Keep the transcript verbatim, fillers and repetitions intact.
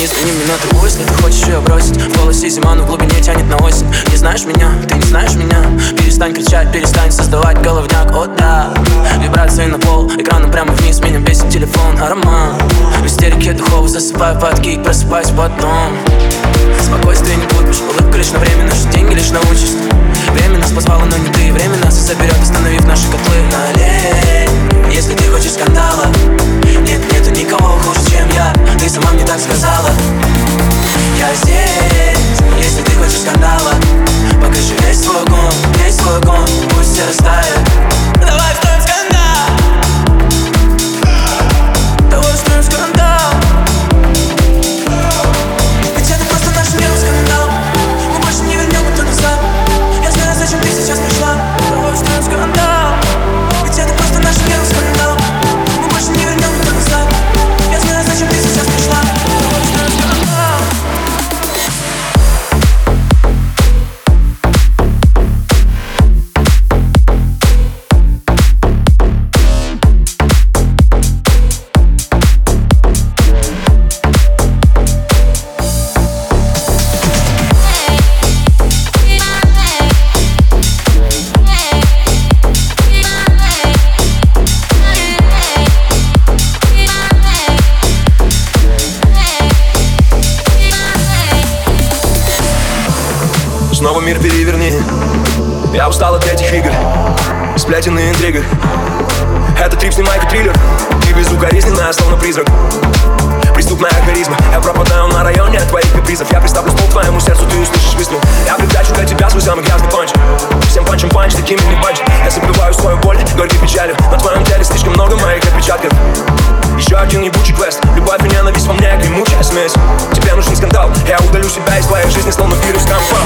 неизменим минуты. Если ты хочешь ее бросить, в голосе зима, но в глубине тянет на осень. Не знаешь меня, ты не знаешь меня. Перестань кричать, перестань создавать головняк, о да. Вибрации на пол, экраном прямо вниз. Меня бесит телефон, аромат. В истерике духов засыпаю под кик, просыпаюсь потом. Спокойствие не купишь, улыбка лишь на время, наши деньги лишь научишься. Время нас позвало, но не ты, время нас и соберет, остановив наши котлы. Налей, если ты хочешь скандала. Нет, нету никого хуже, чем я. Ты сама мне так сказала. Я здесь, если ты хочешь скандала. Покажи весь свой огонь, весь свой огонь, пусть все растает. Давай устроим скандал. Давай устроим скандал. Ведь это просто наш мир скандал. Мы больше не вернем это назад. Я знаю, зачем ты сейчас пришла. Давай устроим скандал. Ведь это просто наш мир скандал. Мы больше не вернем это назад. Я знаю, зачем ты сейчас пришла. Давай устроим скандал. Снова мир переверни. Я устал от этих игр, сплетен и интрига. Этот трип снимай как триллер. Ты безукоризненная, словно призрак. Преступная харизма. Я пропадаю на районе от твоих капризов. Я приставлю стол к твоему сердцу, ты услышишь выстрел. Я притащу для тебя свой самый грязный панч. Всем панчем панч, такими не панч. Я забываю свою боль, горькой печалью. На твоем теле слишком много моих отпечатков. Еще один ебучий квест. Любовь и ненависть во мне, гремучая смесь. Тебе нужен скандал. Я удалю себя из твоей жизни, словно вирус компа.